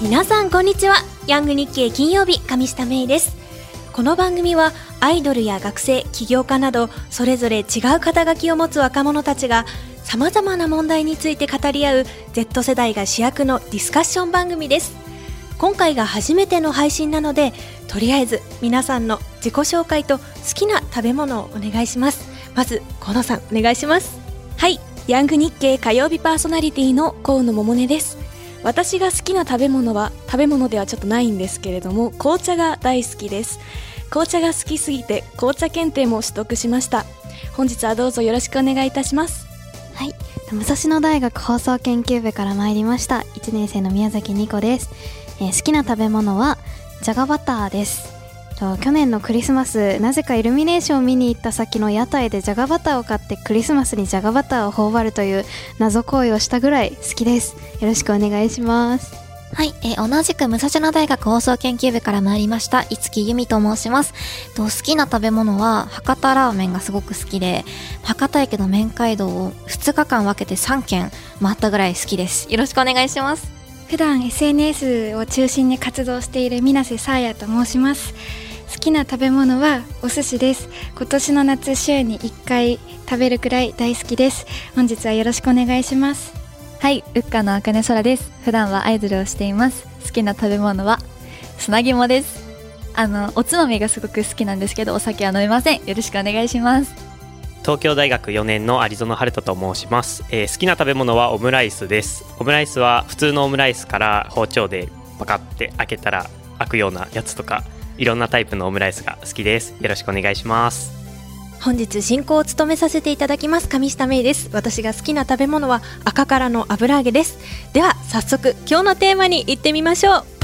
皆さんこんにちは。ヤング日経金曜日、上下芽衣です。この番組はアイドルや学生、起業家などそれぞれ違う肩書きを持つ若者たちがさまざまな問題について語り合う Z 世代が主役のディスカッション番組です。今回が初めての配信なので、とりあえず皆さんの自己紹介と好きな食べ物をお願いします。まず河野さん、お願いします。 はい、ヤング日経火曜日パーソナリティの河野桃音です。私が好きな食べ物は食べ物ではちょっとないんですけれども、紅茶が大好きです。紅茶が好きすぎて紅茶検定も取得しました。本日はどうぞよろしくお願いいたします。 はい、武蔵野大学放送研究部から参りました1年生の宮崎ニコです。好きな食べ物はじゃがバターです。去年のクリスマス、なぜかイルミネーションを見に行った先の屋台でじゃがバターを買ってクリスマスにじゃがバターを頬張るという謎行為をしたぐらい好きです。よろしくお願いします。 はい、同じく武蔵野大学放送研究部から参りました五木由美と申します。好きな食べ物は博多ラーメンがすごく好きで、博多駅の麺街道を2日間分けて3軒回ったぐらい好きです。よろしくお願いします。 普段 SNS を中心に活動している水瀬さあやと申します。好きな食べ物はお寿司です。今年の夏週に1回食べるくらい大好きです。本日はよろしくお願いします。 はい、うっかのあかねそらです。普段はアイドルをしています。好きな食べ物は砂肝です。おつまみがすごく好きなんですけど、お酒は飲めません。よろしくお願いします。 東京大学4年の有園春人と申します。好きな食べ物はオムライスです。オムライスは普通のオムライスから包丁でパカって開けたら開くようなやつとか、いろんなタイプのオムライスが好きです。よろしくお願いします。 本日進行を務めさせていただきます上下芽衣です。私が好きな食べ物は赤からの油揚げです。では早速今日のテーマに行ってみましょう。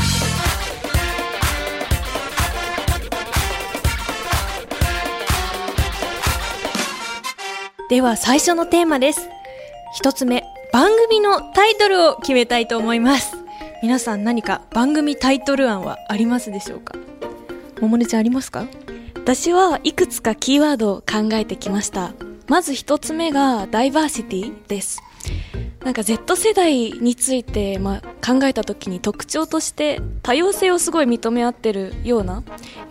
では最初のテーマです。一つ目、番組のタイトルを決めたいと思います。皆さん何か番組タイトル案はありますでしょうか。桃音ちゃんありますか。 私はいくつかキーワードを考えてきました。まず一つ目がダイバーシティです。なんか Z 世代について、考えた時に特徴として多様性をすごい認め合ってるような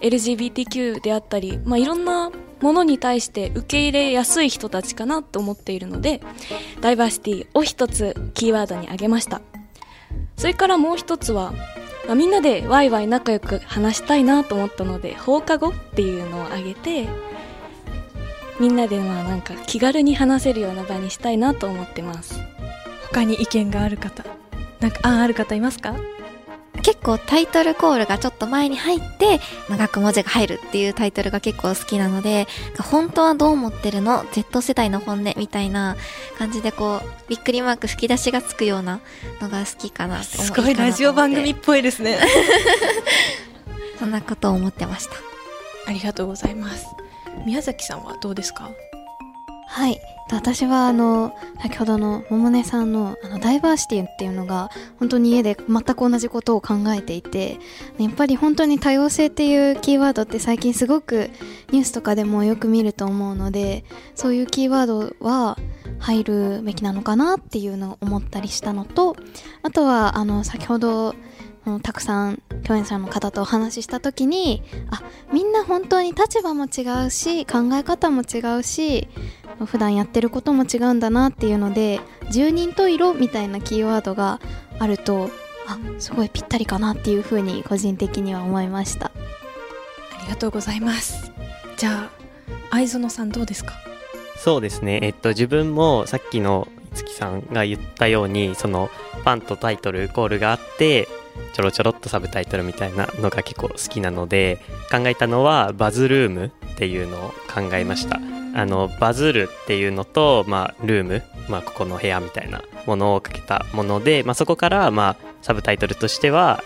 LGBTQ であったり、いろんなものに対して受け入れやすい人たちかなと思っているので、ダイバーシティを一つキーワードに挙げました。それからもう一つは、みんなでワイワイ仲良く話したいなと思ったので、放課後っていうのを挙げて、みんなでなんか気軽に話せるような場にしたいなと思ってます。 他に意見がある方、なんかある方いますか。 結構タイトルコールがちょっと前に入って長く文字が入るっていうタイトルが結構好きなので、本当はどう思ってるの Z 世代の本音みたいな感じでびっくりマーク吹き出しがつくようなのが好きかなと思って。 すごいラジオ番組っぽいですねそんなことを思ってました。 ありがとうございます。宮崎さんはどうですか。 はい、私は先ほどの桃音さんのダイバーシティっていうのが本当に家で全く同じことを考えていて、やっぱり本当に多様性っていうキーワードって最近すごくニュースとかでもよく見ると思うので、そういうキーワードは入るべきなのかなっていうのを思ったりしたのと、あとは先ほどたくさん共演者の方とお話しした時に、みんな本当に立場も違うし考え方も違うし普段やってることも違うんだなっていうので、十人十色みたいなキーワードがあるとすごいぴったりかなっていうふうに個人的には思いました。 ありがとうございます。じゃあ藍園さんどうですか。 そうですね、自分もさっきの五木さんが言ったように、そのパンとタイトルコールがあってちょろちょろっとサブタイトルみたいなのが結構好きなので、考えたのはバズルームっていうのを考えました。バズるっていうのと、ルーム、ここの部屋みたいなものをかけたもので、そこからサブタイトルとしては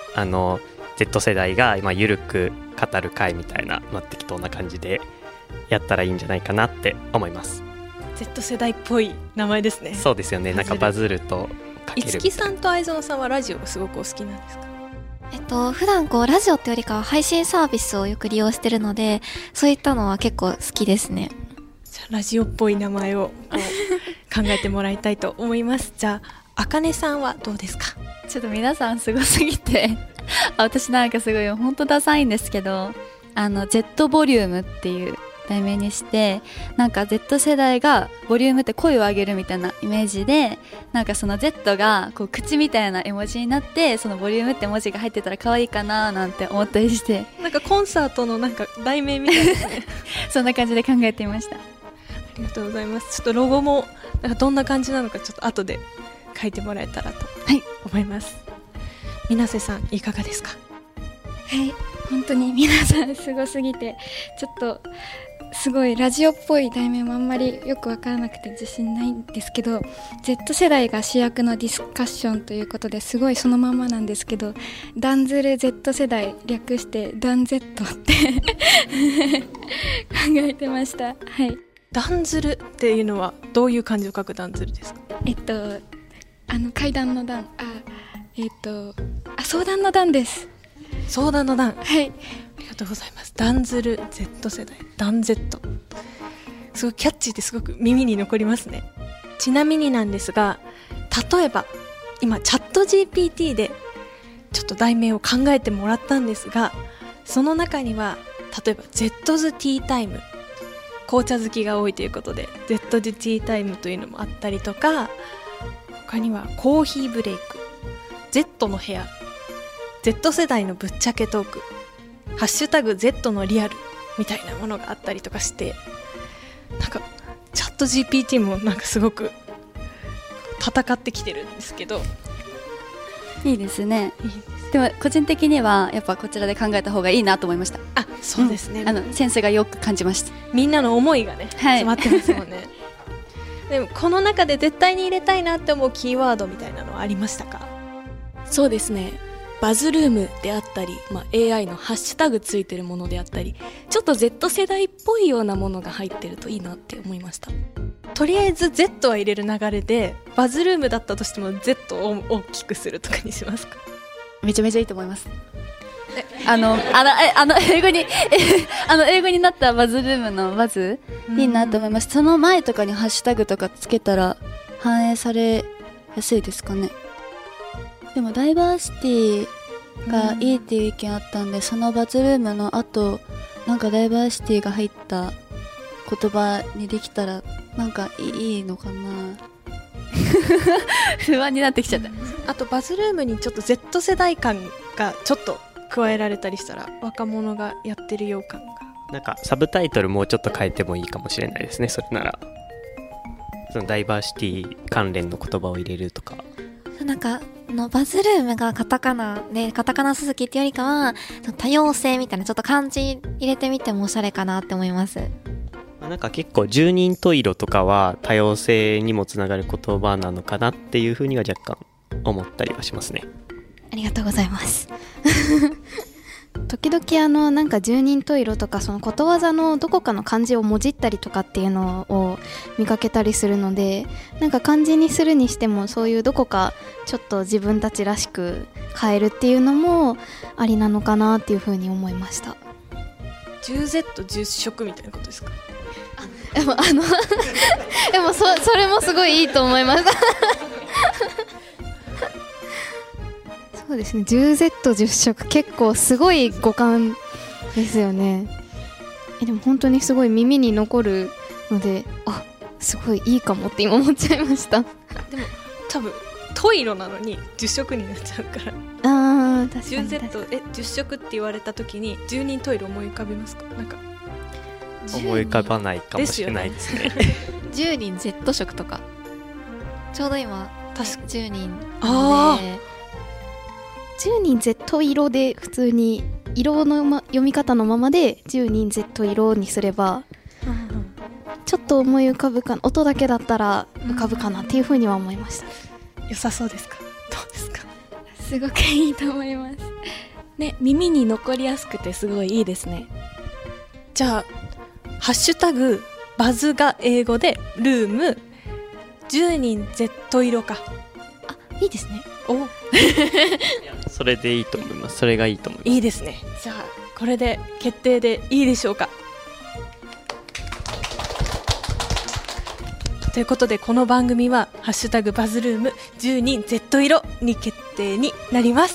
Z 世代がゆるく語る会みたいな、適当な感じでやったらいいんじゃないかなって思います。 Z 世代っぽい名前ですね。 そうですよね。なんかバズるとかける。 五木さんと藍園さんはラジオすごくお好きなんですか。 普段ラジオってよりかは配信サービスをよく利用してるので、そういったのは結構好きですね。 じゃあラジオっぽい名前を考えてもらいたいと思います。じゃああかねさんはどうですか？ ちょっと皆さんすごすぎて私なんかすごい本当ダサいんですけど、Z ボリュームっていう題名にして、なんか Z 世代がボリュームって声を上げるみたいなイメージで、なんかその Z がこう口みたいな絵文字になって、そのボリュームって文字が入ってたら可愛いかななんて思ったりして、 なんかコンサートのなんか題名みたいですねそんな感じで考えていました。 ありがとうございます。ちょっとロゴもなんかどんな感じなのかちょっと後で書いてもらえたらと思います。水瀬さんいかがですか？ はい、本当に皆さんすごすぎて、ちょっとすごいラジオっぽい題名もあんまりよくわからなくて自信ないんですけど、 Z 世代が主役のディスカッションということで、すごいそのまんまなんですけど、ダンズル Z 世代略してダン Z って考えてました。はい。 ダンズルっていうのはどういう漢字を書くダンズルですか？ 階段の段、相談の段です。 相談の段。 はい。 ありがとうございます。ダンズル Z 世代、ダン Z、 すごいキャッチーですごく耳に残りますね。ちなみになんですが、例えば今チャット GPT でちょっと題名を考えてもらったんですが、その中には例えば Z's ティータイム、紅茶好きが多いということで Z's ティータイムというのもあったりとか、他にはコーヒーブレイク、 Z の部屋、 Z 世代のぶっちゃけトーク、ハッシュタグ Z のリアルみたいなものがあったりとかして、なんかチャット GPT もなんかすごく戦ってきてるんですけど、 いいですね。 いいですでも個人的にはやっぱこちらで考えた方がいいなと思いました。 あ、そうですね、 センスがよく感じました。 みんなの思いがね、 はい詰まってますもんねでもこの中で絶対に入れたいなって思うキーワードみたいなのはありましたか？ そうですね、バズルームであったり、AI のハッシュタグついてるものであったり、ちょっと Z 世代っぽいようなものが入ってるといいなって思いました。 とりあえず Z は入れる流れで、バズルームだったとしても Z を大きくするとかにしますか？ めちゃめちゃいいと思います。英語に英語になったバズルームのバズいいなと思います。その前とかにハッシュタグとかつけたら反映されやすいですかね。でもダイバーシティがいいっていう意見あったんで、そのバズルームの後なんかダイバーシティが入った言葉にできたらなんかいいのかな不安になってきちゃった。 あとバズルームにちょっと Z 世代感がちょっと加えられたりしたら、若者がやってるよう感が。 なんかサブタイトルもうちょっと変えてもいいかもしれないですね。それならそのダイバーシティ関連の言葉を入れるとか。 なんかバズルームがカタカナで、カタカナ続きっていうよりかは多様性みたいなちょっと漢字入れてみてもおしゃれかなって思います。 なんか結構十人十色とかは多様性にもつながる言葉なのかなっていうふうには若干思ったりはしますね。 ありがとうございます時々なんか十人十色とか、そのことわざのどこかの漢字をもじったりとかっていうのを見かけたりするので、なんか漢字にするにしてもそういうどこかちょっと自分たちらしく変えるっていうのもありなのかなっていうふうに思いました。 10Z10 色みたいなことですか？ でもでもそれもすごいいいと思いますそうですね、 10Z10 色結構すごい五感ですよね。でも本当にすごい耳に残るので、あ、すごいいいかもって今思っちゃいました。 でも多分トイロなのに10色になっちゃうから。 あー、確かに 10Z 10色って言われた時に10人トイレ思い浮かびますか？なんか思い浮かばないかもしれないですね。 10人 Z 色とかちょうど今確か 10人あで 10人 Z 色で普通に色の、読み方のままで10人 Z 色にすればちょっと思い浮かぶかな、音だけだったら浮かぶかなっていうふうには思いました。 良さそうですか？どうですか？ すごくいいと思いますね、耳に残りやすくてすごいいいですね。 じゃあハッシュタグバズが英語でルーム10人 Z 色か。 あ、いいですね。 おそれでいいと思います。それがいいと思います。 いいですね。じゃあこれで決定でいいでしょうか？ ということでこの番組はハッシュタグバズルーム12 Z 色に決定になります。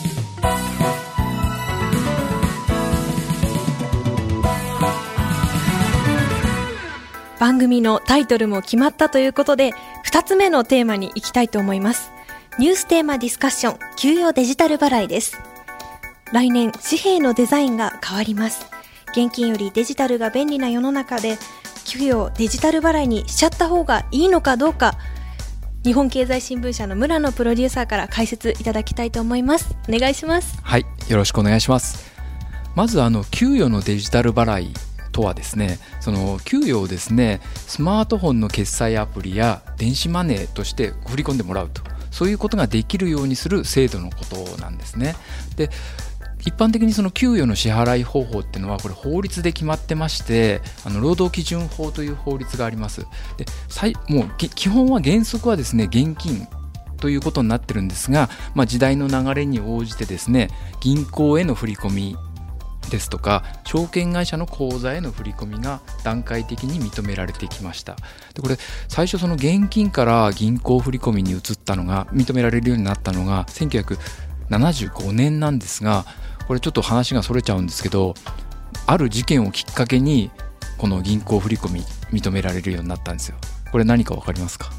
番組のタイトルも決まったということで2つ目のテーマに行きたいと思います。ニューステーマディスカッション給与デジタル払いです。来年紙幣のデザインが変わります。現金よりデジタルが便利な世の中で給与デジタル払いにしちゃった方がいいのかどうか、日本経済新聞社の村野プロデューサーから解説いただきたいと思います。お願いします。 はい、よろしくお願いします。まず給与のデジタル払いとはですね、その給与をですねスマートフォンの決済アプリや電子マネーとして振り込んでもらうと、そういうことができるようにする制度のことなんですね。で、一般的にその給与の支払い方法っていうのはこれ法律で決まってまして、労働基準法という法律があります。で、もう基本は原則はですね現金ということになってるんですが、時代の流れに応じてですね銀行への振り込みですとか証券会社の口座への振り込みが段階的に認められてきました。で、これ最初その現金から銀行振り込みに移ったのが認められるようになったのが1975年なんですが、これちょっと話がそれちゃうんですけど、ある事件をきっかけにこの銀行振り込み認められるようになったんですよ。これ何か分かりますか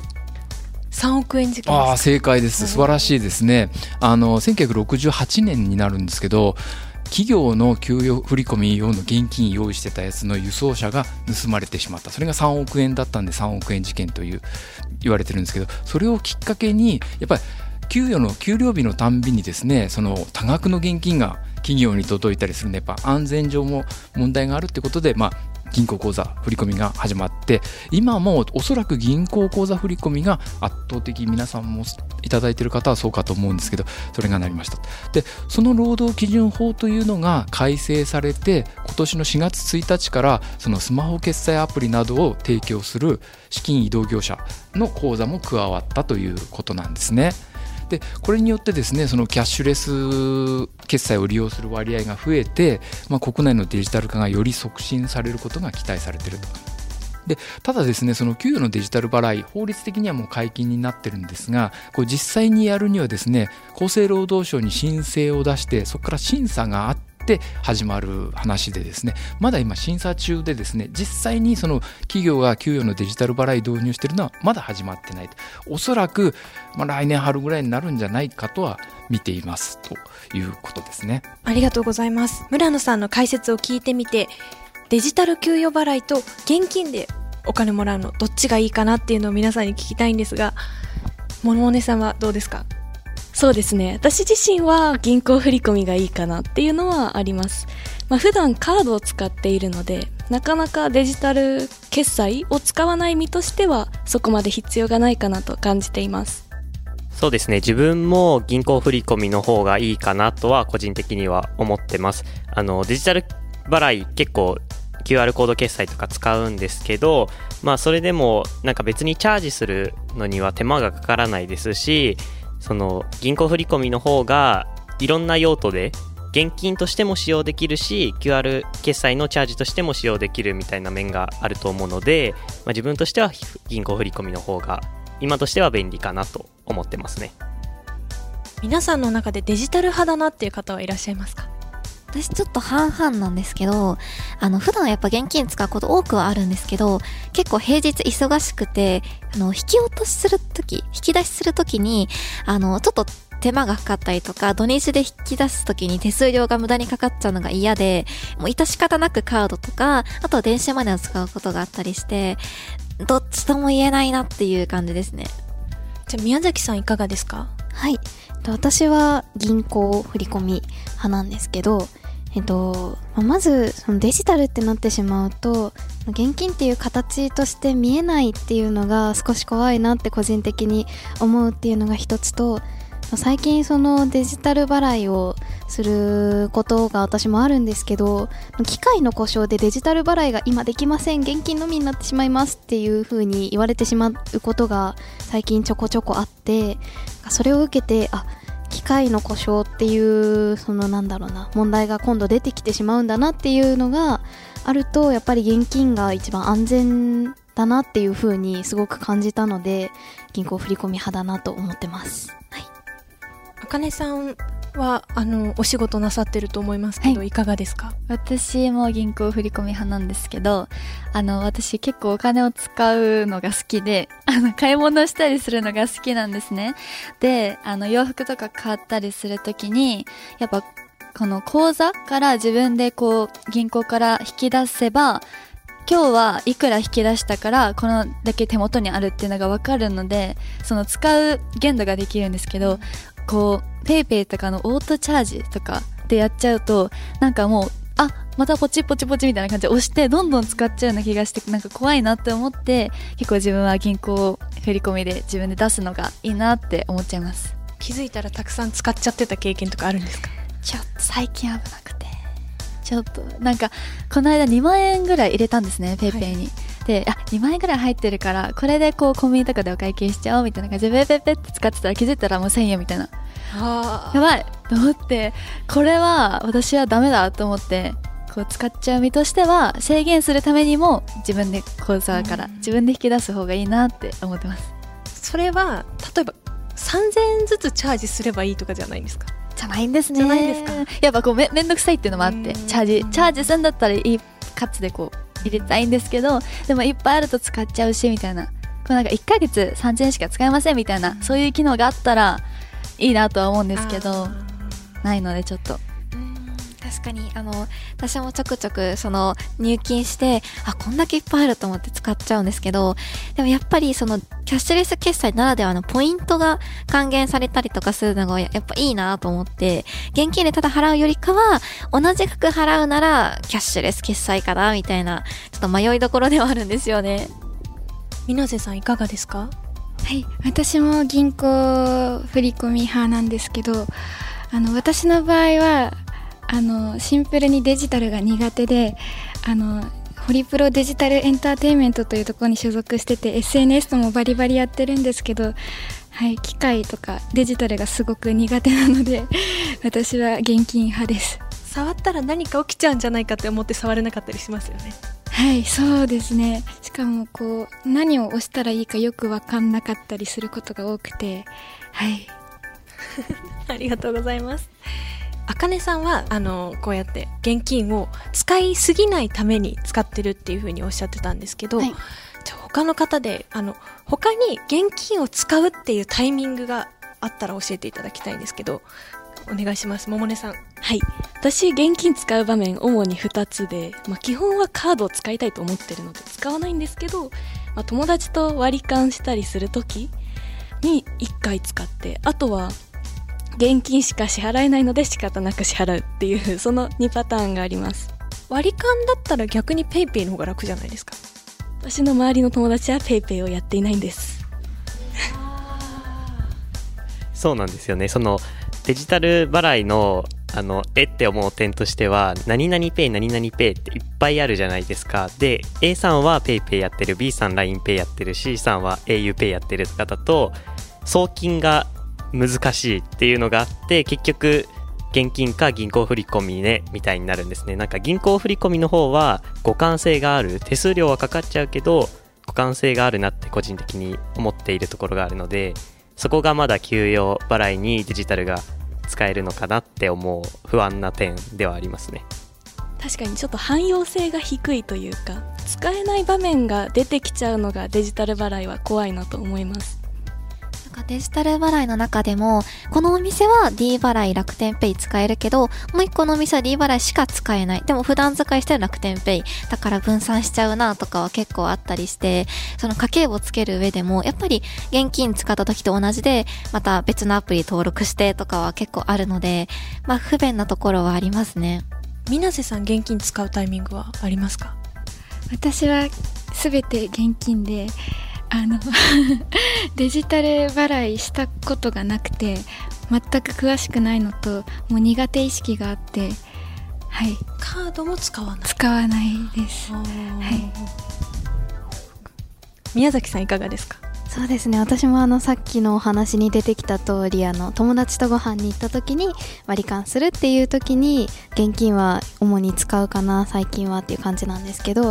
？3億円事件ですか？ 正解です。素晴らしいですね。1968年になるんですけど、企業の給与振り込み用の現金用意してたやつの輸送車が盗まれてしまった。それが3億円だったんで3億円事件と言われてるんですけど、それをきっかけにやっぱり給料日のたんびにですね、その多額の現金が企業に届いたりするんで、やっぱ安全上も問題があるってことで、銀行口座振り込みが始まって、今もおそらく銀行口座振り込みが圧倒的、皆さんもいただいている方はそうかと思うんですけど、それがなりました。で、その労働基準法というのが改正されて、今年の4月1日からそのスマホ決済アプリなどを提供する資金移動業者の口座も加わったということなんですね。で、これによってですね、そのキャッシュレス決済を利用する割合が増えて、国内のデジタル化がより促進されることが期待されていると。で、ただですね、その給与のデジタル払い、法律的にはもう解禁になってるんですが、これ実際にやるにはですね、厚生労働省に申請を出して、そこから審査があって始まる話でですね、まだ今審査中でですね、実際にその企業が給与のデジタル払い導入しているのはまだ始まってないと。おそらく、来年春ぐらいになるんじゃないかとは見ていますということですね。 ありがとうございます。村野さんの解説を聞いてみて、デジタル給与払いと現金でお金もらうのどっちがいいかなっていうのを皆さんに聞きたいんですが、ものねさんはどうですか？ そうですね、私自身は銀行振り込みがいいかなっていうのはあります。普段カードを使っているので、なかなかデジタル決済を使わない身としてはそこまで必要がないかなと感じています。 そうですね、自分も銀行振り込みの方がいいかなとは個人的には思ってます。デジタル払い結構 QR コード決済とか使うんですけど、それでも別にチャージするのには手間がかからないですし、その銀行振り込みの方がいろんな用途で現金としても使用できるし、 QR 決済のチャージとしても使用できるみたいな面があると思うので、自分としては銀行振り込みの方が今としては便利かなと思ってますね。 皆さんの中でデジタル派だなっていう方はいらっしゃいますか？ 私ちょっと半々なんですけど、普段やっぱ現金使うこと多くはあるんですけど、結構平日忙しくて、引き出しするときに、ちょっと手間がかかったりとか、土日で引き出すときに手数料が無駄にかかっちゃうのが嫌で、もう致し方なくカードとか、あとは電子マネーを使うことがあったりして、どっちとも言えないなっていう感じですね。 じゃあ宮崎さんいかがですか？ はい、私は銀行振り込み派なんですけど、まずそのデジタルってなってしまうと、現金っていう形として見えないっていうのが少し怖いなって個人的に思うっていうのが一つと、最近そのデジタル払いをすることが私もあるんですけど、機械の故障でデジタル払いが今できません、現金のみになってしまいますっていう風に言われてしまうことが最近ちょこちょこあって、それを受けて、機械の故障っていう問題が今度出てきてしまうんだなっていうのがあると、やっぱり現金が一番安全だなっていう風にすごく感じたので、銀行振込派だなと思ってます。はい。 あかねさんはお仕事なさってると思いますけど、いかがですか？ 私も銀行振込派なんですけど、私結構お金を使うのが好きで、買い物したりするのが好きなんですね。で、洋服とか買ったりするときに、やっぱこの口座から自分でこう銀行から引き出せば、今日はいくら引き出したからこのだけ手元にあるっていうのが分かるので、その使う限度ができるんですけど、こうペイペイとかのオートチャージとかでやっちゃうと、なんかもうまたポチポチポチみたいな感じで押してどんどん使っちゃうような気がして、なんか怖いなって思って、結構自分は銀行振り込みで自分で出すのがいいなって思っちゃいます。 気づいたらたくさん使っちゃってた経験とかあるんですか？ ちょっと最近危なくて、ちょっとなんかこの間2万円ぐらい入れたんですね、ペイペイに。で、2万円ぐらい入ってるからこれでこうコンビニとかでお会計しちゃおうみたいな感じでペペペって使ってたら、気づいたらもう1000円みたいな、やばいと思って、これは私はダメだと思って、こう使っちゃう身としては制限するためにも自分で口座から自分で引き出す方がいいなって思ってます。 それは例えば3000円ずつチャージすればいいとかじゃないんですか？ じゃないんですね。 じゃないですか？ やっぱこうめんどくさいっていうのもあって、チャージするんだったらいい数でこう入れたいんですけど、でもいっぱいあると使っちゃうしみたいな、こうなんか1ヶ月3000円しか使えませんみたいな、そういう機能があったらいいなとは思うんですけど、ないのでちょっと。 確かに私もちょくちょくその入金して、こんだけいっぱいあると思って使っちゃうんですけど、でもやっぱりそのキャッシュレス決済ならではのポイントが還元されたりとかするのがやっぱいいなと思って、現金でただ払うよりかは同じ額払うならキャッシュレス決済かなみたいな、ちょっと迷いどころではあるんですよね。 水瀬さんいかがですか？ はい、私も銀行振り込み派なんですけど、私の場合はシンプルにデジタルが苦手で、ホリプロデジタルエンターテインメントというところに所属してて、 SNS ともバリバリやってるんですけど、はい、機械とかデジタルがすごく苦手なので私は現金派です。 触ったら何か起きちゃうんじゃないかって思って触れなかったりしますよね。 はい、そうですね。しかもこう何を押したらいいかよく分かんなかったりすることが多くて、はいありがとうございます。あかねさんはこうやって現金を使いすぎないために使ってるっていう風におっしゃってたんですけど、はい、じゃあ他の方で他に現金を使うっていうタイミングがあったら教えていただきたいんですけど、お願いします。桃音さん。 はい、私現金使う場面主に2つで、基本はカードを使いたいと思ってるので使わないんですけど、友達と割り勘したりするときに1回使って、あとは現金しか支払えないので仕方なく支払うっていう、その2パターンがあります。 割り勘だったら逆にペイペイの方が楽じゃないですか？ 私の周りの友達はペイペイをやっていないんです。 そうなんですよね。そのデジタル払いのって思う点としては、何々ペイ何々ペイっていっぱいあるじゃないですか。で A さんはペイペイやってる、 B さん LINEPay やってる、 C さんは auPay やってる方と送金が難しいっていうのがあって、結局現金か銀行振込ねみたいになるんですね。なんか銀行振込の方は互換性がある、手数料はかかっちゃうけど互換性があるなって個人的に思っているところがあるので、そこがまだ給与払いにデジタルが使えるのかなって思う不安な点ではありますね。 確かにちょっと汎用性が低いというか、使えない場面が出てきちゃうのがデジタル払いは怖いなと思います。 デジタル払いの中でも、このお店は D 払い楽天ペイ使えるけど、もう一個のお店は D 払いしか使えない。でも普段使いしてる楽天ペイだから分散しちゃうなとかは結構あったりして、その家計簿つける上でもやっぱり現金使った時と同じで、また別のアプリ登録してとかは結構あるので、不便なところはありますね。 水瀬さん、現金使うタイミングはありますか？ 私は全て現金で、デジタル払いしたことがなくて全く詳しくないのと、もう苦手意識があって、はい、 カードも使わないです。はい、 宮崎さんいかがですか？ そうですね、私もさっきのお話に出てきた通り、友達とご飯に行った時に割り勘するっていう時に現金は主に使うかな最近はっていう感じなんですけど、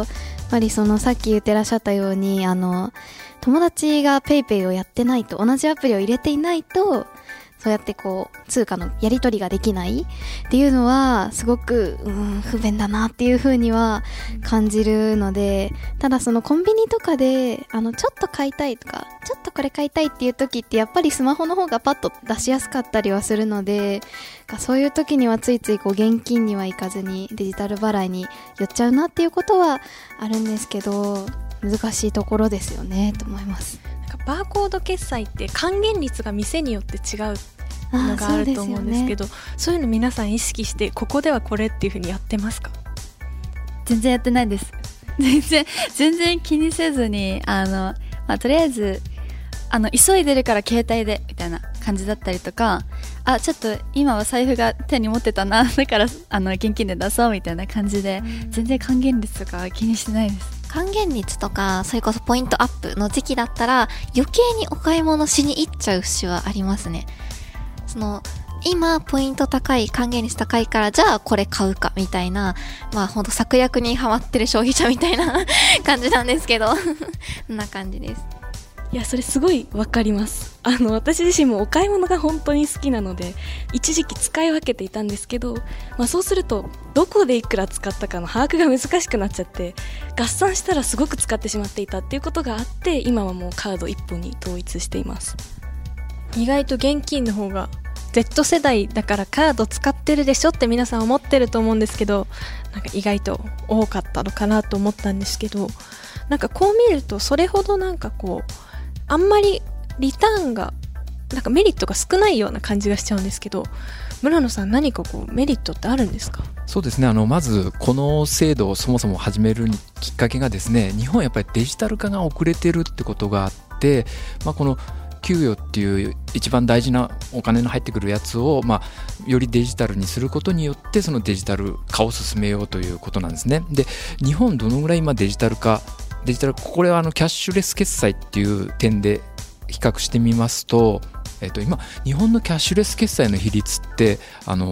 ぱりそのさっき言ってらっしゃったように友達がペイペイをやってないと、同じアプリを入れていないとそうやってこう通貨のやり取りができないっていうのはすごく不便だなっていう風には感じるので、ただそのコンビニとかでちょっと買いたいとかちょっとこれ買いたいっていう時ってやっぱりスマホの方がパッと出しやすかったりはするので、そういう時にはついついこう現金にはいかずにデジタル払いに寄っちゃうなっていうことはあるんですけど、難しいところですよねと思います。 バーコード決済って還元率が店によって違うのがあると思うんですけど、そういうの皆さん意識してここではこれっていう風にやってますか？ 全然やってないです。全然気にせずにとりあえず急いでるから携帯でみたいな感じだったりとか、ちょっと今は財布が手に持ってたな、だから現金で出そうみたいな感じで、全然還元率とか気にしてないです。 還元率とかそれこそポイントアップの時期だったら余計にお買い物しに行っちゃう節はありますね。今ポイント高い、還元率高いからじゃあこれ買うかみたいな、ほんと策略にハマってる消費者みたいな感じなんですけどそんな感じです。 いや、それすごいわかります。私自身もお買い物が本当に好きなので一時期使い分けていたんですけど、そうするとどこでいくら使ったかの把握が難しくなっちゃって、合算したらすごく使ってしまっていたっていうことがあって、今はもうカード一本に統一しています。 意外と現金の方が Z 世代だからカード使ってるでしょって皆さん思ってると思うんですけど、なんか意外と多かったのかなと思ったんですけど、なんかこう見るとそれほどなんかこうあんまりリターンがなんかメリットが少ないような感じがしちゃうんですけど、村野さん何かこうメリットってあるんですか？ そうですね、まずこの制度をそもそも始めるきっかけがですね、日本はやっぱりデジタル化が遅れてるってことがあって、この給与っていう一番大事なお金の入ってくるやつを、よりデジタルにすることによってそのデジタル化を進めようということなんですね。で、日本どのぐらい今デジタル化、これはキャッシュレス決済っていう点で比較してみますと、今日本のキャッシュレス決済の比率って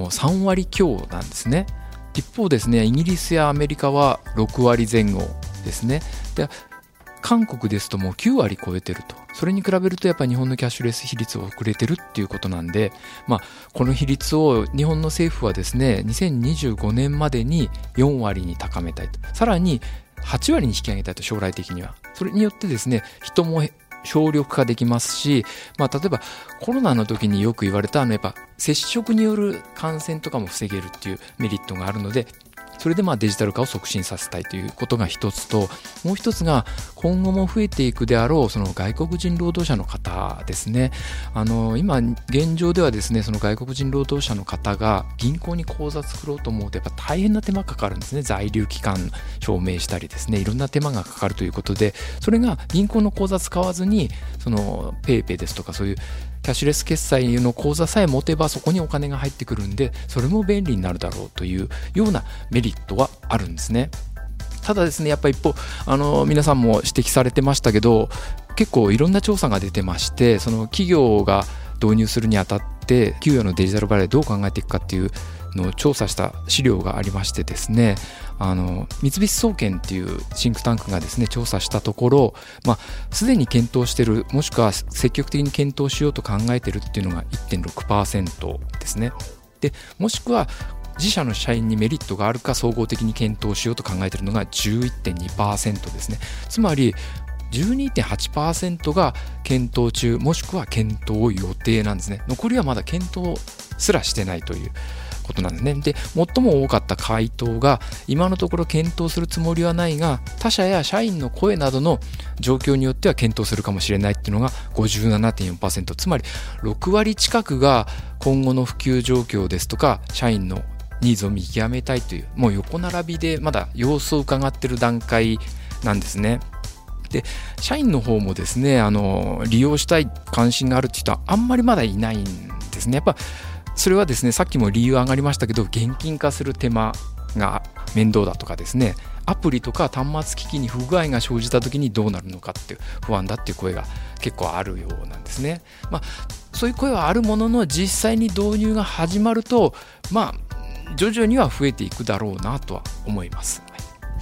3割強なんですね。一方ですね、イギリスやアメリカは6割前後ですね。で、韓国ですともう9割超えてると。それに比べるとやっぱり日本のキャッシュレス比率遅れてるっていうことなんで、この比率を日本の政府はですね、2025年までに4割に高めたいと。さらに8割に引き上げたいと、将来的には。それによってですね、人も省力化できますし、例えばコロナの時によく言われたやっぱ接触による感染とかも防げるっていうメリットがあるので、それでデジタル化を促進させたいということが一つと、もう一つが今後も増えていくであろうその外国人労働者の方ですね。今現状ではですね、その外国人労働者の方が銀行に口座作ろうと思うとやっぱ大変な手間かかるんですね。在留期間証明したりですね、いろんな手間がかかるということで、それが銀行の口座使わずにそのペイペイですとかそういうキャッシュレス決済の口座さえ持てばそこにお金が入ってくるんで、それも便利になるだろうというようなメリットはあるんですね。ただですね、やっぱり一方皆さんも指摘されてましたけど、結構いろんな調査が出てまして、その企業が導入するにあたって給与のデジタル払いどう考えていくかっていうのを調査した資料がありましてですね、三菱総研っていうシンクタンクがですね調査したところ、すでに検討している、もしくは積極的に検討しようと考えているっていうのが 1.6% ですね。で、もしくは自社の社員にメリットがあるか総合的に検討しようと考えているのが 11.2% ですね。つまり 12.8% が検討中、もしくは検討予定なんですね。残りはまだ検討すらしてないということなんですね。で、最も多かった回答が今のところ検討するつもりはないが、他社や社員の声などの状況によっては検討するかもしれないっていうのが 57.4%、 つまり6割近くが今後の普及状況ですとか社員のニーズを見極めたいという、もう横並びでまだ様子を伺っている段階なんですね。で、社員の方もですね、利用したい関心があるっていう人はあんまりまだいないんですね。やっぱそれはですね、さっきも理由上がりましたけど、現金化する手間が面倒だとかですね、アプリとか端末機器に不具合が生じた時にどうなるのかっていう不安だっていう声が結構あるようなんですね。そういう声はあるものの、実際に導入が始まると徐々には増えていくだろうなとは思います。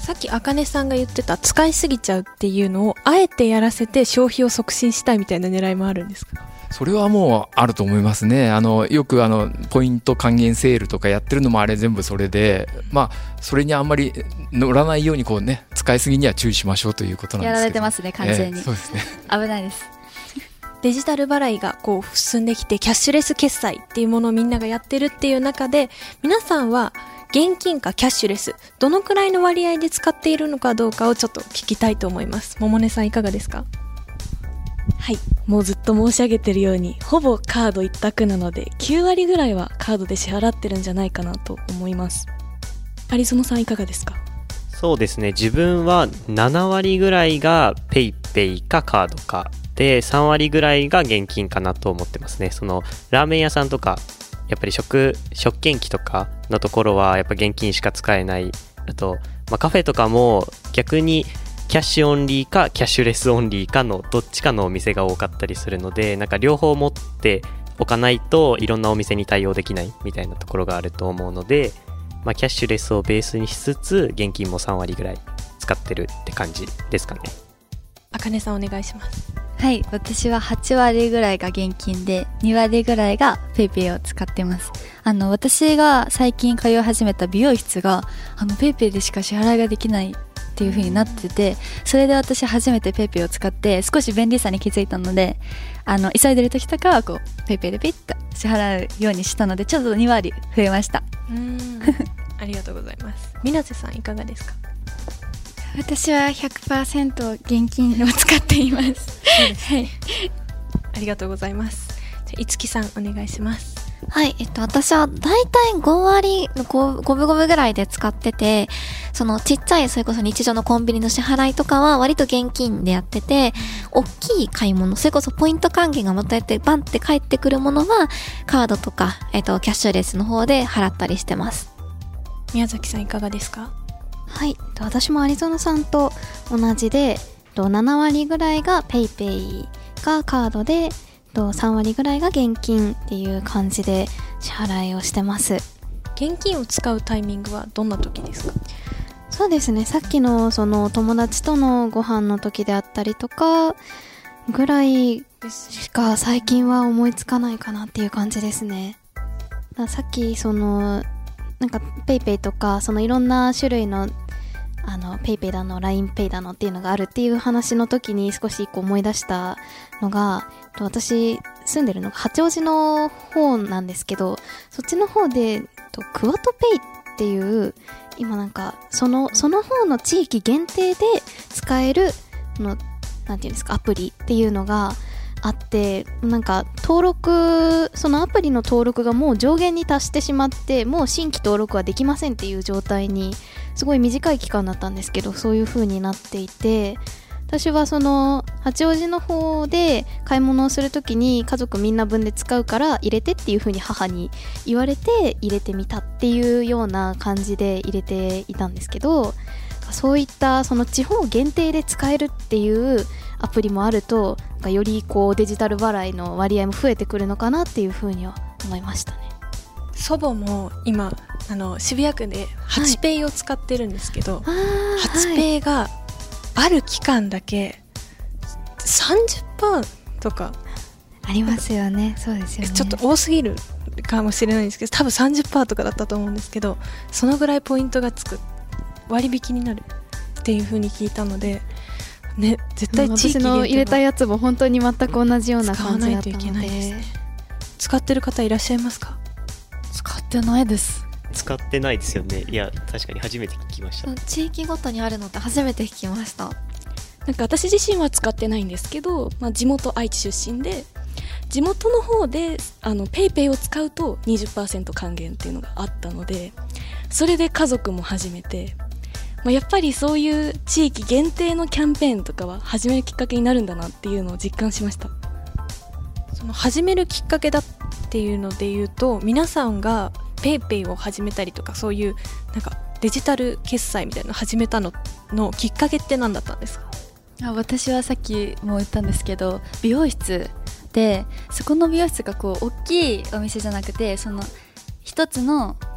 さっきあかねさんが言ってた使いすぎちゃうっていうのをあえてやらせて消費を促進したいみたいな狙いもあるんですか？ それはもうあると思いますね。よくポイント還元セールとかやってるのもあれ全部それで、それにあんまり乗らないようにこうね、使いすぎには注意しましょうということなんですけど。 やられてますね、完全に。 そうですね。 危ないです。 デジタル払いがこう進んできてキャッシュレス決済っていうものをみんながやってるっていう中で、皆さんは現金かキャッシュレスどのくらいの割合で使っているのかどうかをちょっと聞きたいと思います。百音さんいかがですか？ はい、もうずっと申し上げてるようにほぼカード一択なので9割ぐらいはカードで支払ってるんじゃないかなと思います。有園さんいかがですか？ そうですね、自分は7割ぐらいがペイペイかカードかで、3割ぐらいが現金かなと思ってますね。そのラーメン屋さんとかやっぱり食券機とかのところはやっぱ現金しか使えない。あと、カフェとかも逆にキャッシュオンリーかキャッシュレスオンリーかのどっちかのお店が多かったりするので、なんか両方持っておかないといろんなお店に対応できないみたいなところがあると思うので、キャッシュレスをベースにしつつ現金も3割ぐらい使ってるって感じですかね。 あかねさんお願いします。 はい、私は8割ぐらいが現金で2割ぐらいがペイペイを使ってます。私が最近通い始めた美容室がペイペイでしか支払いができないっていう風になってて、それで私初めてペイペイを使って少し便利さに気づいたので、急いでる時とかはこうペイペイでピッと支払うようにしたので、ちょっと2割増えました。 ありがとうございます。水瀬さんいかがですか？ 私は 100% 現金を使っています。はい。 ありがとうございます。じゃあいつきさんお願いします。 はい、私はだいたい5割、5分5分ぐらいで使ってて、そのちっちゃい、それこそ日常のコンビニの支払いとかは割と現金でやってて、大きい買い物、それこそポイント還元がまたやってバンって返ってくるものは、カードとか、キャッシュレスの方で払ったりしてます。 宮崎さんいかがですか？ はい、私も有園さんと同じで、7割ぐらいがペイペイがカードで、3割ぐらいが現金っていう感じで支払いをしてます。 現金を使うタイミングはどんな時ですか？ そうですね、さっきのその友達とのご飯の時であったりとかぐらいしか最近は思いつかないかなっていう感じですね。さっきそのなんかペイペイとかそのいろんな種類のペイペイだの LINE ペイだのっていうのがあるっていう話の時に少し一個思い出したのが、私住んでるのが八王子の方なんですけど、そっちの方でクワトペイっていう今なんかその方の地域限定で使えるなんていうんですか、アプリっていうのがあって、なんかそのアプリの登録がもう上限に達してしまって、もう新規登録はできませんっていう状態に、すごい短い期間だったんですけど、そういう風になっていて、私はその八王子の方で買い物をするときに家族みんな分で使うから入れてっていう風に母に言われて入れてみたっていうような感じで入れていたんですけど、そういったその地方限定で使えるっていうアプリもあると、よりこうデジタル払いの割合も増えてくるのかなっていうふうには思いましたね。 祖母も今渋谷区でハチペイを使ってるんですけど、ハチペイがある期間だけ 30% とかありますよね。そうですよね。 ちょっと多すぎるかもしれないんですけど、多分 30% とかだったと思うんですけど、そのぐらいポイントがつく、割引になるっていう風に聞いたのでね、絶対地域限定私の入れたやつも本当に全く同じような感じだったので、 使わないといけないですね。使ってる方いらっしゃいますか？ 使ってないです。 使ってないですよね。いや確かに初めて聞きました。 地域ごとにあるのって初めて聞きました。 なんか私自身は使ってないんですけど、地元愛知出身で、地元の方でペイペイを使うと 20% 還元っていうのがあったので、それで家族も始めて、やっぱりそういう地域限定のキャンペーンとかは始めるきっかけになるんだなっていうのを実感しました。 その始めるきっかけだっていうので言うと、皆さんがペイペイを始めたりとか、そういうなんかデジタル決済みたいなのを始めたのきっかけって何だったんですか？ 私はさっきも言ったんですけど、美容室で、そこの美容室がこう大きいお店じゃなくて、その一つの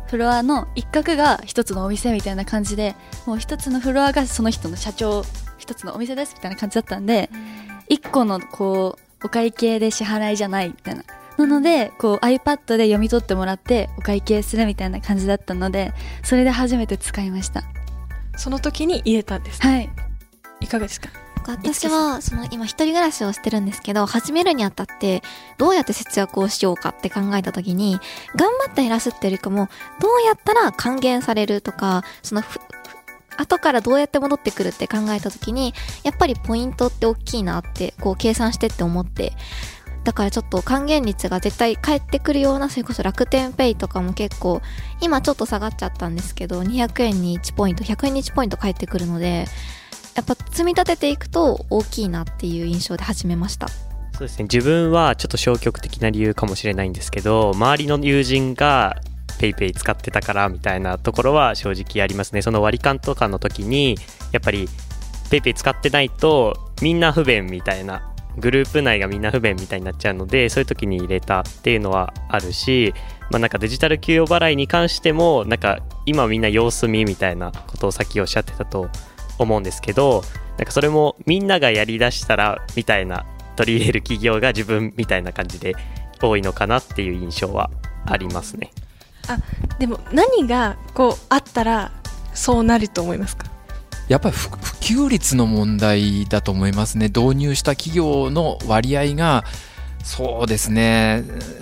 フロアの一角が一つのお店みたいな感じで、もう一つのフロアがその人の社長、一つのお店ですみたいな感じだったんで、一個のこうお会計で支払いじゃないみたいな、なのでこう iPad で読み取ってもらってお会計するみたいな感じだったので、それで初めて使いました。 その時に入れたんです、 はい。 いかがですか？ 私は今一人暮らしをしてるんですけど、始めるにあたってどうやって節約をしようかって考えた時に、頑張って減らすっていうよりかも、どうやったら還元されるとか、後からどうやって戻ってくるって考えた時に、やっぱりポイントって大きいなってこう計算してって思って、だからちょっと還元率が絶対返ってくるような、それこそ楽天ペイとかも結構今ちょっと下がっちゃったんですけど、200円に1ポイント100円に1ポイント返ってくるので、やっぱ積み立てていくと大きいなっていう印象で始めました。 そうですね、自分はちょっと消極的な理由かもしれないんですけど、周りの友人がペイペイ使ってたからみたいなところは正直ありますね。その割り勘とかの時にやっぱりペイペイ使ってないとみんな不便みたいな、グループ内がみんな不便みたいになっちゃうので、そういう時に入れたっていうのはあるし、なんかデジタル給与払いに関してもなんか今みんな様子見みたいなことをさっきおっしゃってたと思うんですけど、なんかそれもみんながやりだしたらみたいな、取り入れる企業が自分みたいな感じで多いのかなっていう印象はありますね。 でも何がこうあったらそうなると思いますか？ やっぱり普及率の問題だと思いますね。導入した企業の割合がそうですね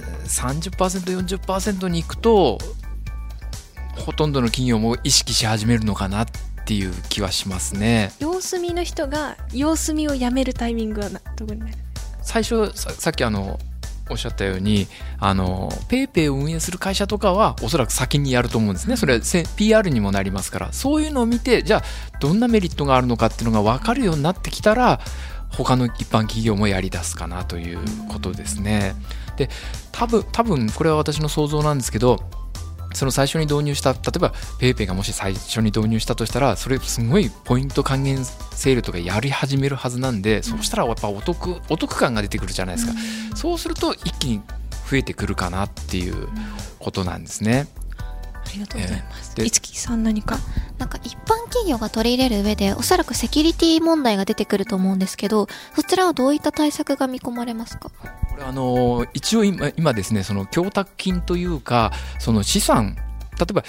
30%、40% に行くとほとんどの企業も意識し始めるのかなっていう気はしますね。 様子見の人が様子見をやめるタイミングはどこになる？ 最初 さっきおっしゃったようにペイペイを運営する会社とかはおそらく先にやると思うんですね。それは PR にもなりますから、そういうのを見て、じゃあどんなメリットがあるのかっていうのが分かるようになってきたら、他の一般企業もやり出すかなということですね。で、多分これは私の想像なんですけど、その最初に導入した、例えばペイペイがもし最初に導入したとしたら、それすごいポイント還元セールとかやり始めるはずなんで、そうしたらやっぱお得感が出てくるじゃないですか。そうすると一気に増えてくるかなっていうことなんですね。 ありがとうございます。いつきさん何か？ なんか一般企業が取り入れる上でおそらくセキュリティ問題が出てくると思うんですけど、そちらはどういった対策が見込まれますか？ これ一応今ですね、その供託金というか、その資産、例えば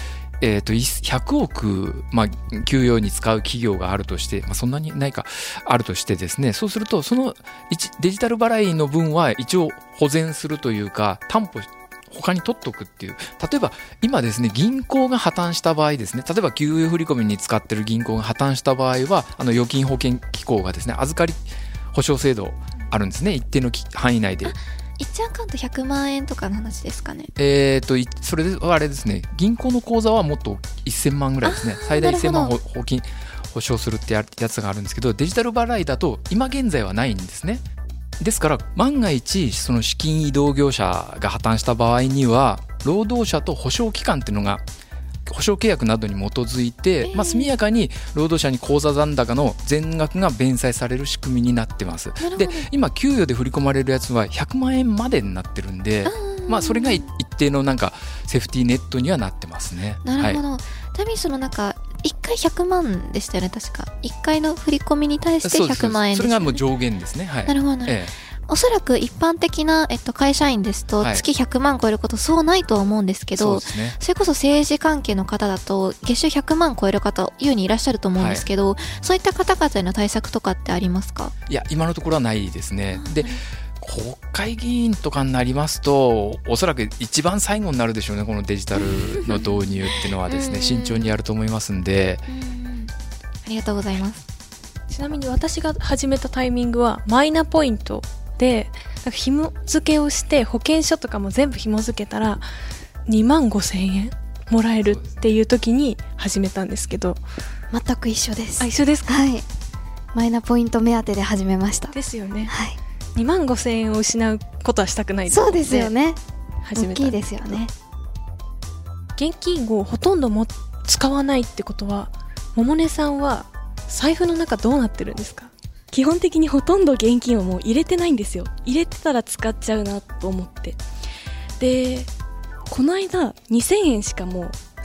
100億、給与に使う企業があるとして、そんなにないかあるとしてですね、そうするとそのデジタル払いの分は一応保全するというか、担保他に取っとくっていう。例えば今ですね、銀行が破綻した場合ですね、例えば給与振込に使ってる銀行が破綻した場合は、預金保険機構がですね、預かり保証制度あるんですね、一定の範囲内で。 1アカウント100万円とかの話ですかね。 それであれですね、銀行の口座はもっと1000万ぐらいですね。最大1000万保証するってやつがあるんですけど、デジタル払いだと今現在はないんですね。ですから万が一その資金移動業者が破綻した場合には、労働者と保証機関っていうのが保証契約などに基づいて、速やかに労働者に口座残高の全額が弁済される仕組みになってます。で、今給与で振り込まれるやつは100万円までになってるんで、それが一定のなんかセーフティーネットにはなってますね。 なるほど。ちなみにそのなんか1回100万でしたよね、確か。1回の振り込みに対して100万円ですよね。 それがもう上限ですね。はい、 なるほど、おそらく一般的な、会社員ですと月100万超えることそうないとは思うんですけど、それこそ政治関係の方だと月収100万超える方優にいらっしゃると思うんですけど、そういった方々への対策とかってありますか？ いや、今のところはないですね。で、国会議員とかになりますと、おそらく一番最後になるでしょうね、このデジタルの導入っていうのはですね慎重にやると思いますんで。 ありがとうございます。 ちなみに私が始めたタイミングはマイナポイントで、なんか紐付けをして保険証とかも全部紐付けたら2万5,000円もらえるっていう時に始めたんですけど。 全く一緒です。 一緒ですか？ はい、マイナポイント目当てで始めました。 ですよね。 はい、 2万5,000円を失うことはしたくないと思って。 そうですよね。 始めた。 大きいですよね。 現金をほとんど使わないってことは、百音さんは財布の中どうなってるんですか？ 基本的にほとんど現金をもう入れてないんですよ。入れてたら使っちゃうなと思って。で、この間2000円しかもう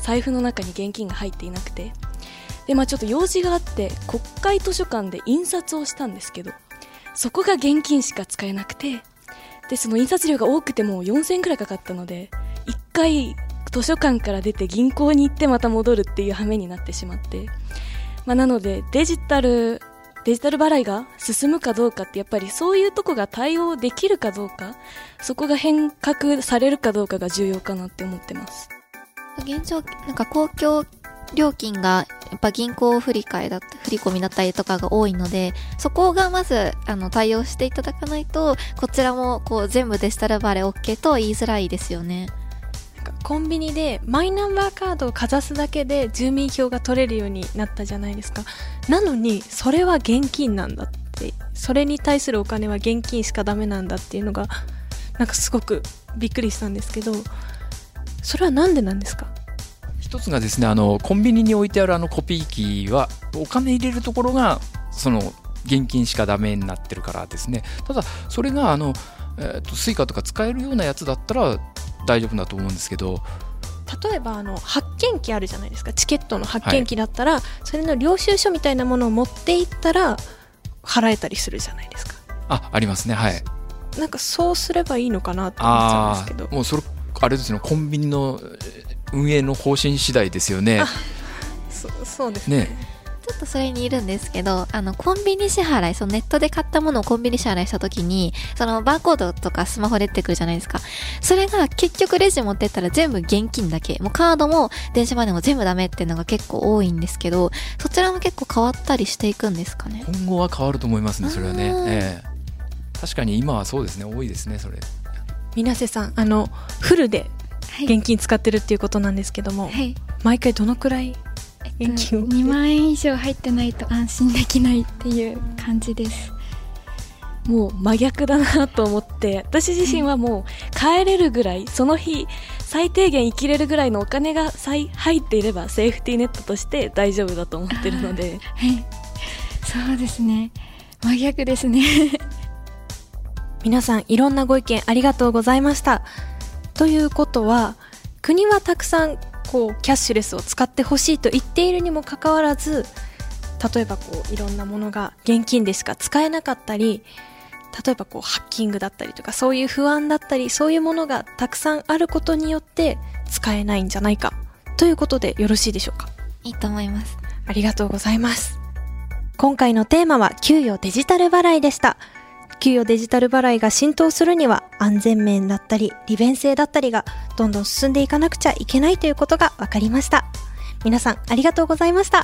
財布の中に現金が入っていなくて、でちょっと用事があって国会図書館で印刷をしたんですけど、そこが現金しか使えなくて、でその印刷量が多くても4000円くらいかかったので、一回図書館から出て銀行に行ってまた戻るっていう羽目になってしまって、なのでデジタル払いが進むかどうかって、やっぱりそういうとこが対応できるかどうか、そこが変革されるかどうかが重要かなって思ってます。 現状なんか公共料金がやっぱ銀行振り込みだったりとかが多いので、そこがまず対応していただかないと、こちらもこう全部デジタル払い OK と言いづらいですよね。 コンビニでマイナンバーカードをかざすだけで住民票が取れるようになったじゃないですか。なのにそれは現金なんだって、それに対するお金は現金しかダメなんだっていうのがなんかすごくびっくりしたんですけど、それはなんでなんですか？ 一つがですね、コンビニに置いてあるコピー機はお金入れるところがその現金しかダメになってるからですね。ただそれがスイカとか使えるようなやつだったら大丈夫だと思うんですけど、 例えば発券機あるじゃないですか。チケットの発券機だったら、それの領収書みたいなものを持っていったら払えたりするじゃないですか。 ありますね。はい。 なんかそうすればいいのかなと思っちゃうんですけど。 もうそれあれですね、コンビニの運営の方針次第ですよね。 そうですね。 ちょっとそれにいるんですけど、コンビニ支払い、そのネットで買ったものをコンビニ支払いしたときに、そのバーコードとかスマホで出てくるじゃないですか。それが結局レジ持ってったら全部現金だけ。もうカードも電子マネーも全部ダメっていうのが結構多いんですけど、そちらも結構変わったりしていくんですかね。 今後は変わると思いますね、それはね。確かに今はそうですね、多いですね、それ。 水瀬さん、フルで現金使ってるっていうことなんですけども、毎回どのくらい現金を 2万円以上入ってないと安心できないっていう感じです。 もう真逆だなと思って、私自身はもう帰れるぐらい、その日最低限生きれるぐらいのお金が入っていればセーフティーネットとして大丈夫だと思ってるので。 そうですね、真逆ですね。 皆さんいろんなご意見ありがとうございました。ということは、国はたくさんキャッシュレスを使ってほしいと言っているにもかかわらず、例えばいろんなものが現金でしか使えなかったり、例えばハッキングだったりとか、そういう不安だったり、そういうものがたくさんあることによって使えないんじゃないかということでよろしいでしょうか？ いいと思います。 ありがとうございます。今回のテーマは給与デジタル払いでした。給与デジタル払いが浸透するには、安全面だったり利便性だったりがどんどん進んでいかなくちゃいけないということが分かりました。皆さんありがとうございました。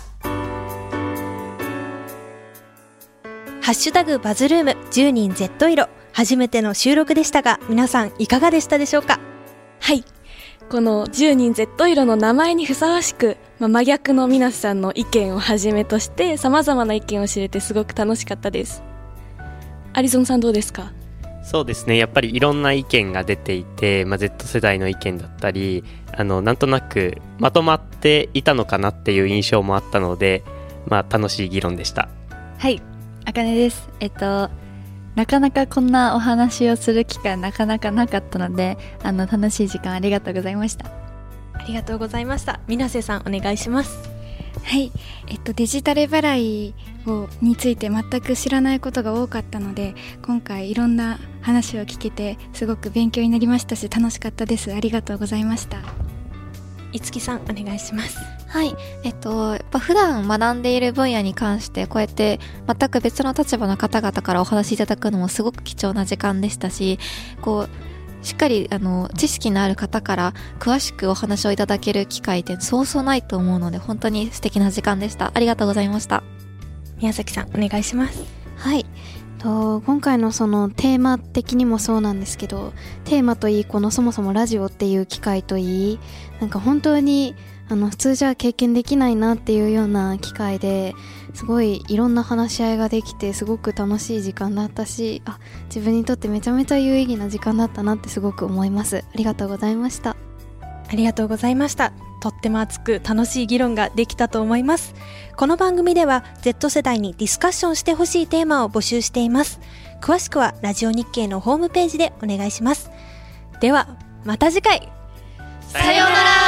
ハッシュタグバズルーム10人 Z 色、初めての収録でしたが、皆さんいかがでしたでしょうか？ はい、この10人 Z 色の名前にふさわしく、真逆の皆さんの意見をはじめとして様々な意見を知れてすごく楽しかったです。アリゾンさんどうですか？ そうですね、やっぱりいろんな意見が出ていて、Z 世代の意見だったり、なんとなくまとまっていたのかなっていう印象もあったので、楽しい議論でした。 はい、あかねです。なかなかこんなお話をする機会なかなかなかったので、楽しい時間ありがとうございました。 ありがとうございました。水瀬さんお願いします。 はい、デジタル払いについて全く知らないことが多かったので、今回いろんな話を聞けてすごく勉強になりましたし、楽しかったです。ありがとうございました。 いつきさんお願いします。 はい、やっぱ普段学んでいる分野に関してこうやって全く別の立場の方々からお話しいただくのもすごく貴重な時間でしたし、しっかり知識のある方から詳しくお話をいただける機会ってそうそうないと思うので、本当に素敵な時間でした。ありがとうございました。 宮崎さんお願いします。 はい、今回のそのテーマ的にもそうなんですけど、テーマといい、そもそもラジオっていう機会といい、なんか本当に普通じゃ経験できないなっていうような機会で、すごいいろんな話し合いができてすごく楽しい時間だったし、自分にとってめちゃめちゃ有意義な時間だったなってすごく思います。ありがとうございました。 ありがとうございました。とっても熱く楽しい議論ができたと思います。この番組では Z 世代にディスカッションしてほしいテーマを募集しています。詳しくはラジオ日経のホームページでお願いします。ではまた次回、 さようなら。